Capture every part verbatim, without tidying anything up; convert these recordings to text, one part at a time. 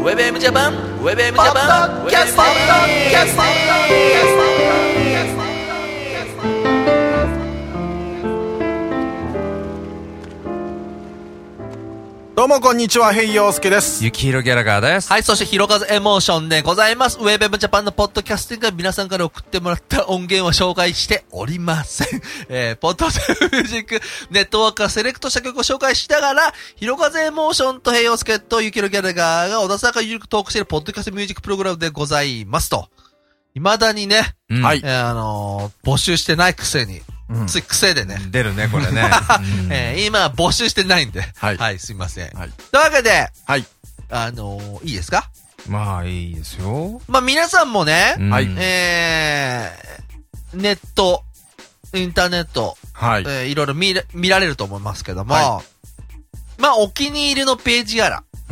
ウェブエムジャパン、ウェブエムジャパン、キャストキャストどうもこんにちは、ヘイヨウスケです。 ゆきひろギャラガーです。 はい、そしてひろかずエモーションでございます。ウェブエムジャパンのポッドキャスティングが皆さんから送ってもらった音源を紹介しておりません。えー、ポッドセルミュージックネットワークがセレクトした曲を紹介しながら、ひろかずエモーションとヘイヨウスケとゆきひろギャラガーが小田坂ゆるくトークしているポッドキャストミュージックプログラムでございますと。未だにね、 うん、 はい、 えー、あのー、募集してないくせに、うん、つい癖でね。 出るね、これね。 うんえー、今、募集してないんで。 はい。 はい、すいません。 はい。 というわけで、 はい。 あのー、いいですか？ まあ、いいですよ。 まあ、皆さんもね、 うん、 はい。 えー、ネット、インターネット、 はい。 えー、いろいろ見ら、見られると思いますけども、 はまあ、お気に入りのページやら、 うん。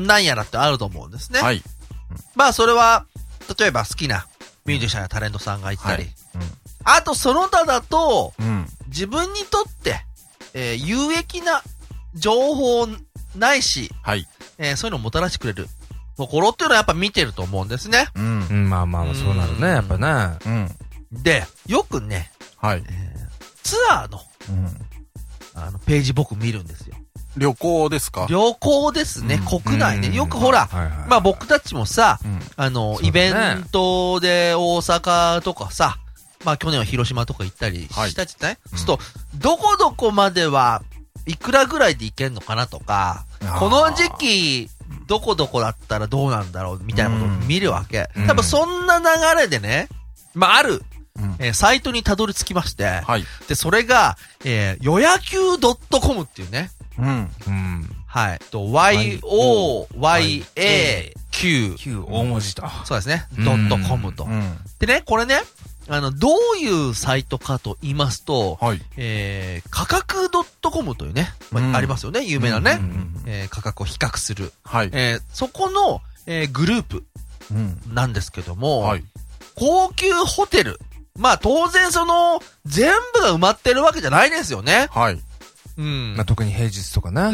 なんやらってあると思うんですね。 はい。 まあ、それは、例えば好きなミュージシャンやタレントさんがいたり、 はい、 あと、その他だと、 うん、 自分にとって、えー、有益な情報ないし、 はい。 えー、そういうのをもたらしてくれるところっていうのはやっぱ見てると思うんですね。 うん。うん、まあまあ、そうなるね、やっぱね。 うん。 で、よくね、 はい。 えー、ツアーの、うん、あの、ページ僕見るんですよ。 旅行ですか？ 旅行ですね、うん、国内ね。よくほら、はいはいはい、まあ僕たちもさ、うん、あの、ね、イベントで大阪とかさ、まあ去年は広島とか行ったりしたじゃない、はい、そうすると、どこどこまではいくらぐらいで行けんのかなとか、この時期、どこどこだったらどうなんだろうみたいなことを見るわけ。うん、多分そんな流れでね、まあある、うんえー、サイトにたどり着きまして、はい、で、それが、えー、予約 .com っていうね、 うん。うん。 はい。と、ワイオーワイエーキュー。 きゅう大文字と。 そうですね。ドットコムと。でね、これね、あの、どういうサイトかと言いますと、はい、えー、価格 .com というね、まあうん、ありますよね、有名なね、うんうんうん、えー、価格を比較する。はい。えー、そこの、えー、グループなんですけども、うんはい、高級ホテル。まあ当然その、全部が埋まってるわけじゃないですよね。 はい。 うん。まあ、特に平日とかね。 うん。うん、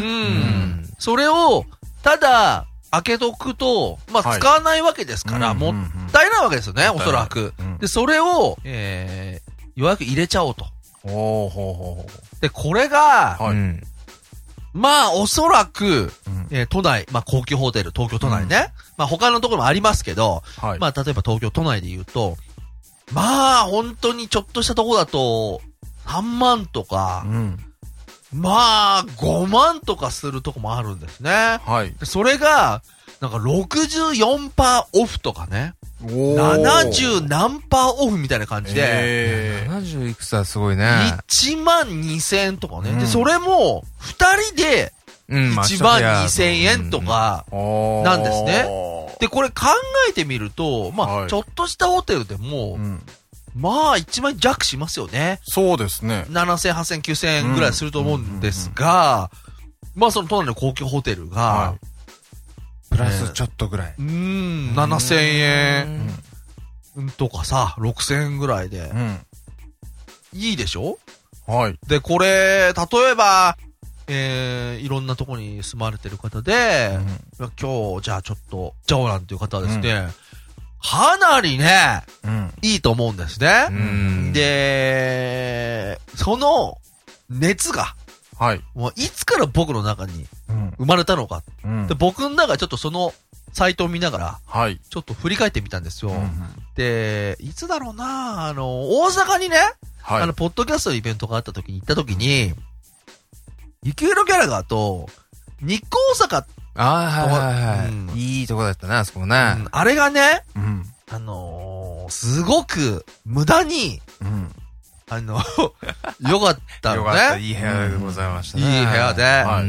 それを、ただ、開けとくと、まあ、使わないわけですから、はい、もったいないわけですよね、うんうんうん、おそらく、うん。で、それを、えー、予約入れちゃおうと。 おーほうほう。で、これが、はい、まあ、おそらく、 うんえー、都内、まあ、高級ホテル、東京都内ね。うん、まあ、他のところもありますけど、はい、まあ、例えば東京都内で言うと、まあ、本当にちょっとしたとこだと、さんまんとか、うんまあ、ごまんとかするとこもあるんですね。はい。それが、なんか ろくじゅうよんパーセント オフとかね。ななじゅう何パーオフみたいな感じで。 えー、ななじゅういくつはすごいね。 いちまんにせんえんとかね。うん、で、それも、二人で、いちまんにせんえんとか、なんですね。で、これ考えてみると、まあ、はい、ちょっとしたホテルでも、うんまあ、いちまん弱しますよね。 そうですね。 ななせん、はっせん、きゅうせんえんぐらいすると思うんですが、まあ、その都内の高級ホテルが、はい、 プラスちょっとぐらい。 うーん、ななせんえんとかさ、ろくせんえんぐらいで、うん、いいでしょ？ はい。 で、これ、例えば、えー、いろんなとこに住まれてる方で、うん、今日、じゃあちょっと、じゃおなんていう方はですね、うんかなりね、うん、いいと思うんですね。うんで、その熱が、はい、もういつから僕の中に生まれたのか。うん、で僕の中でちょっとそのサイトを見ながら、はい、ちょっと振り返ってみたんですよ。うん、で、いつだろうな、あの、大阪にね、はい、あの、ポッドキャストのイベントがあった時に行った時に、ゆきひろギャラガーと、日光大阪ああ、はいはいはい、うん。いいとこだったね、あそこもね。 うん、あれがね、うん、あのー、すごく無駄に、うん、あの、よかったのね。よかった、 いい部屋でございましたね。 いい部屋で。はい、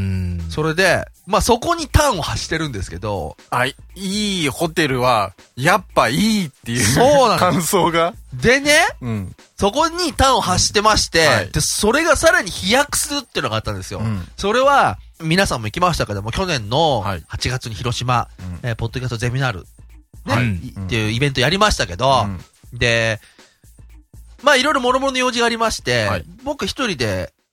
それで、まあ、そこに端を発してるんですけど、 あ、いいホテルは、やっぱいいっていう。そうなん感想が。 でね、うん、そこに端を発してまして、うんはい、で、それがさらに飛躍するっていうのがあったんですよ。うん、それは、皆さんも行きましたけども、去年のはちがつに広島、はいえー、ポッドキャストゼミナール、ねはい、っていうイベントやりましたけど、うん、で、まあいろいろ諸々の用事がありまして、はい、僕一人で、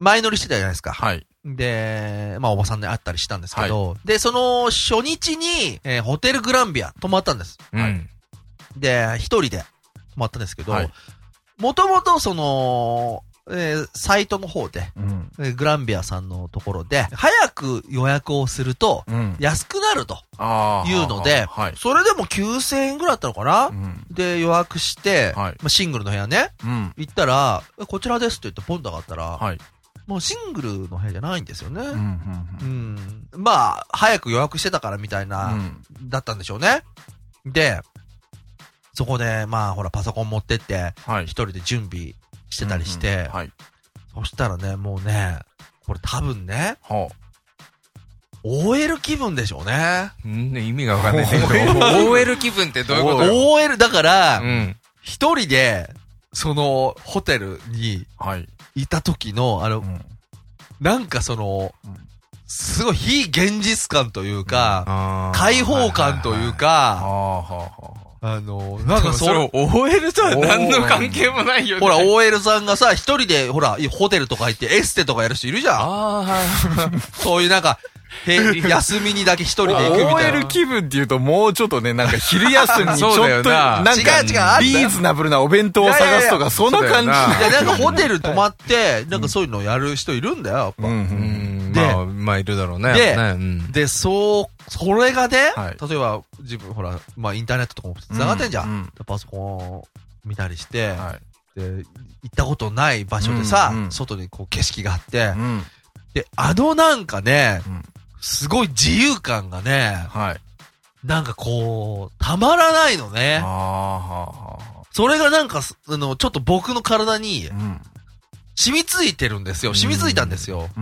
前乗りしてたじゃないですか。 はい。 で、まあおばさんで会ったりしたんですけど、はい、で、その初日に、えー、ホテルグランビア泊まったんです。 うん、 はい。で、一人で泊まったんですけど、もともとその、えー、サイトの方で、うんえー、グランビアさんのところで、早く予約をすると、安くなるというので、うんはい、それでもきゅうせんえんぐらいだったのかな、うん、で、予約して、はいまあ、シングルの部屋ね、うん、行ったら、こちらですって言ってポンと上がったら、はい、もうシングルの部屋じゃないんですよね。うんうんうんうん、まあ、早く予約してたからみたいな、うん、だったんでしょうね。で、そこで、まあ、ほら、パソコン持ってって、一、はい、人で準備してたりして、うんうんはい、そしたらね、もうね、これ多分ね、はあ、オーエル 気分でしょうね。 ん意味がわかんないけど、オーエル 気分ってどういうことよ？ オーエル だから、うん、一人で、その、ホテルに、いた時の、あの、うん、なんかその、うん、すごい非現実感というか、うん、開放感というか、あの、なんかそれ、 オーエル とは何の関係もないよね。 ほら、オーエル さんがさ、一人で、ほら、ホテルとか行ってエステとかやる人いるじゃん。あそういうなんか、休みにだけ一人で行くみたいな。 オーエル 気分って言うともうちょっとね、なんか昼休みにちょっと、なんか、 違う違う、 リーズナブルなお弁当を探すとか、そんな感じ。いや、なんかホテル泊まって、なんかそういうのやる人いるんだよ、やっぱ。うんうんで、まあ、まあいるだろうね。 で、 ねうん、で、そう、それがね、はい、例えば自分、ほら、まあインターネットとかも繋がってんじゃん。うんうん、パソコンを見たりして、はい、で、行ったことない場所でさ、うんうん、外にこう景色があって、うん、で、あのなんかね、うんすごい自由感がね、はい。なんかこう、たまらないのね。あははそれがなんか、あの、ちょっと僕の体に、染みついてるんですよ。染みついたんですよ。うん、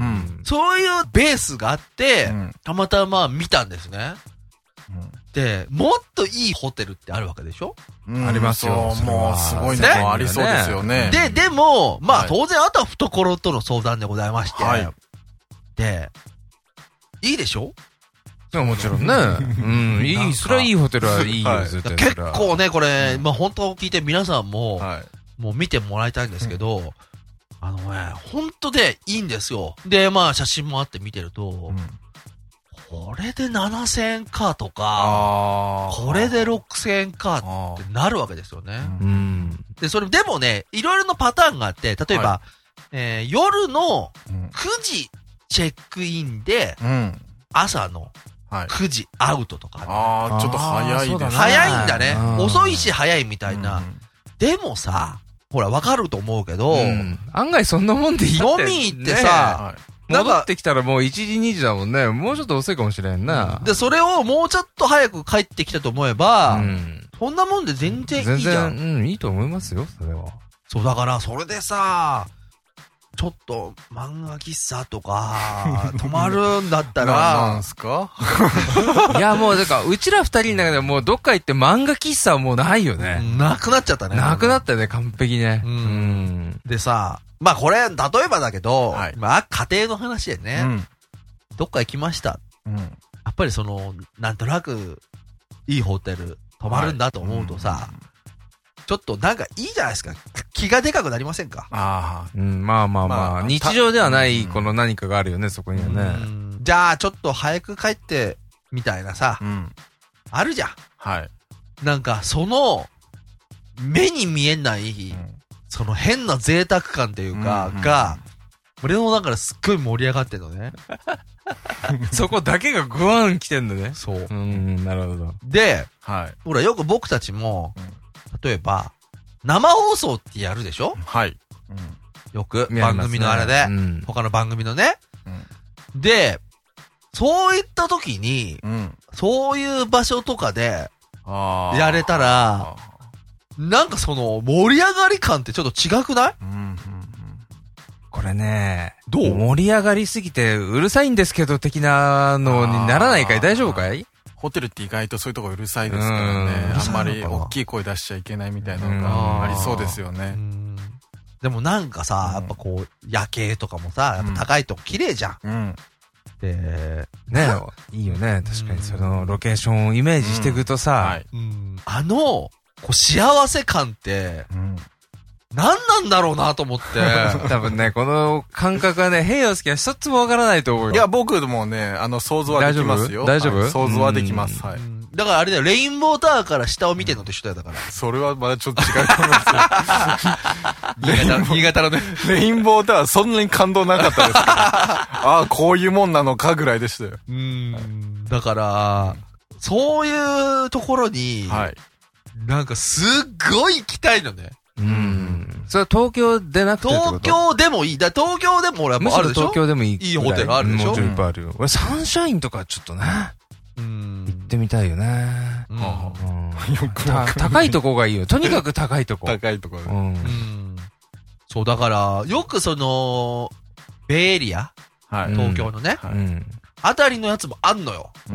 そういうベースがあって、うん、たまたま見たんですね。うん、で、もっといいホテルってあるわけでしょ、 うん、ありますよ。もうすごいのもありそうですよね。 で、でも、まあ当然あとは懐との相談でございまして、はい、で、いいでしょ？ いや、もちろんね。うん、いい、それはいいホテルはいいよ、絶対。 結構ね、これ、まあ本当聞いて皆さんも、もう見てもらいたいんですけど、あのね、本当でいいんですよ。で、まあ写真もあって見てると、これでななせんえんかとか、これでろくせんえんかってなるわけですよね。で、それ、でもね、いろいろなパターンがあって、例えば、え夜のくじ、チェックインで、うん、朝のくじアウトとか、ね。 ああ、ちょっと早いですね。 早いんだね。遅いし早いみたいな。うん、でもさ、ほら、わかると思うけど、うん、 案外そんなもんでいいって。 飲み行ってさ、 ね、戻ってきたらもういちじにじだもんね。もうちょっと遅いかもしれんな。 で、それをもうちょっと早く帰ってきたと思えば、うん、そんなもんで全然いいじゃん。 全然、うん、いいと思いますよ、それは。 そう、だから、それでさ、ちょっと漫画喫茶とか泊まるんだったらなんすかいやもうだからうちら二人の中でもうどっか行って漫画喫茶はもうないよね。 なくなっちゃったね。 なくなったね完璧ね。 うん。うん、でさ、まあこれ例えばだけど、はい、まあ家庭の話でね、うん、どっか行きました。うん、やっぱりそのなんとなくいいホテル泊まるんだと思うとさ。はいうんちょっとなんかいいじゃないですか。気がでかくなりませんか？ ああ、うん、まあまあまあ、まあ、日常ではないこの何かがあるよね、そこにはね。 じゃあちょっと早く帰ってみたいなさ、うん、あるじゃん。はい。なんかその目に見えない、うん、その変な贅沢感というか、うんうん、が俺の中ですっごい盛り上がってんのね。 そこだけがグワン来てんのね。 そう。 うん、なるほど。 で、はい。ほらよく僕たちも。うん例えば、生放送ってやるでしょ？はい。うん、よく、番組のあれで、うん、他の番組のね、うん。で、そういった時に、うん、そういう場所とかで、やれたら、なんかその、盛り上がり感ってちょっと違くない？うんうんうん、 これね、どう？盛り上がりすぎて、うるさいんですけど、的なのにならないかい？大丈夫かい？ ホテルって意外とそういうとこうるさいですからね。あんまり大きい声出しちゃいけないみたいなのがありそうですよね。 でもなんかさ、やっぱこう、夜景とかもさ、やっぱ高いとこ綺麗じゃん。うん。 で、ね、いいよね。確かにそのロケーションをイメージしていくとさ、 あの、こう幸せ感って、 何なんだろうなと思って。 多分ね、この感覚はね、平洋介は一つもわからないと思うよ。 いや、僕もね、あの、想像はできますよ。 大丈夫？大丈夫？ 想像はできます。はい。 だからあれだよ、レインボータワーから下を見てんのと一緒だよ、だから。 それはまだちょっと違うと思うんですよ。 新潟のね。 レインボータワーそんなに感動なかったですから。ああ、こういうもんなのかぐらいでしたよ。 うん。だから、そういうところに、はい、なんかすっごい行きたいのね。 うん。それは東京でなくてってこと？ 東京でもいい。だ東京でも俺はもうあるでしょ？ 東京でもいい。 いいホテルあるでしょ？ もちろんいっぱいあるよ。俺サンシャインとかちょっとね。うん。行ってみたいよね。うん。よく高いとこがいいよ。とにかく高いとこ。 高いとこ。うん。 そう、だから、よくその、ベイエリア、はい、東京のね、うん、あたりのやつもあんのよ。うん、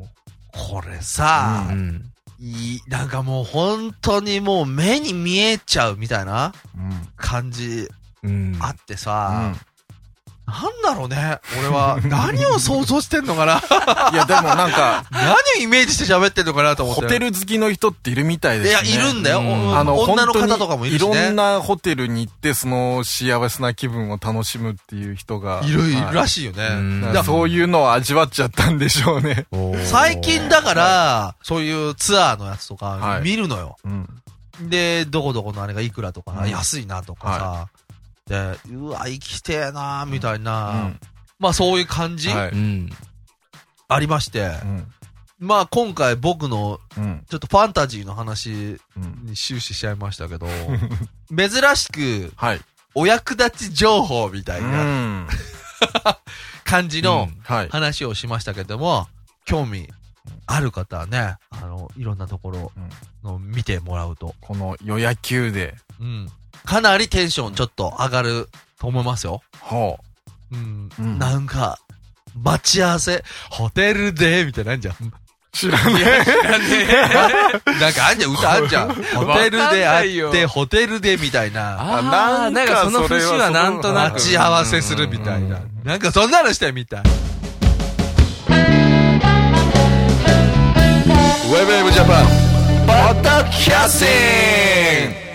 これさ、うん、いい、なんかもう本当にもう目に見えちゃうみたいな感じあってさ、うんなんだろうね。俺は、何を想像してんのかな。 いや、でもなんか、 何をイメージして喋ってんのかなと思って。 ホテル好きの人っているみたいですね。 いや、いるんだよ。うん、あの、女の方とかもいるしね。 いろんなホテルに行って、その幸せな気分を楽しむっていう人が。 いる、いるらしいよね。 だそういうのを味わっちゃったんでしょうね。 最近だから、そういうツアーのやつとか見るのよ。はいうん、で、どこどこのあれがいくらとか、うん、安いなとかさ。はいで、うわ、生きてえなーみたいな、うん、まあそういう感じ、はい、ありまして、うん、まあ今回僕の、ちょっとファンタジーの話に終始しちゃいましたけど、うん、珍しく、はい、お役立ち情報みたいな、うん、感じの話をしましたけども、興味ある方はね、あの、いろんなところの見てもらうと。 この夜野球で、 うんかなりテンションちょっと上がると思いますよ。はあ。うん。うん、なんか、待ち合わせ、ホテルで、みたいなのあんじゃん。 知らねえ。 知らねえ。なんかあんじゃん、歌あんじゃん。ホテルで会って、ホテルで、みたいな。 あ、なんか、なんかその節はなんとなく。 待ち合わせするみたいな。なんかそんなのしてみたい。ウェブウェブジャパン、ポッドキャスティング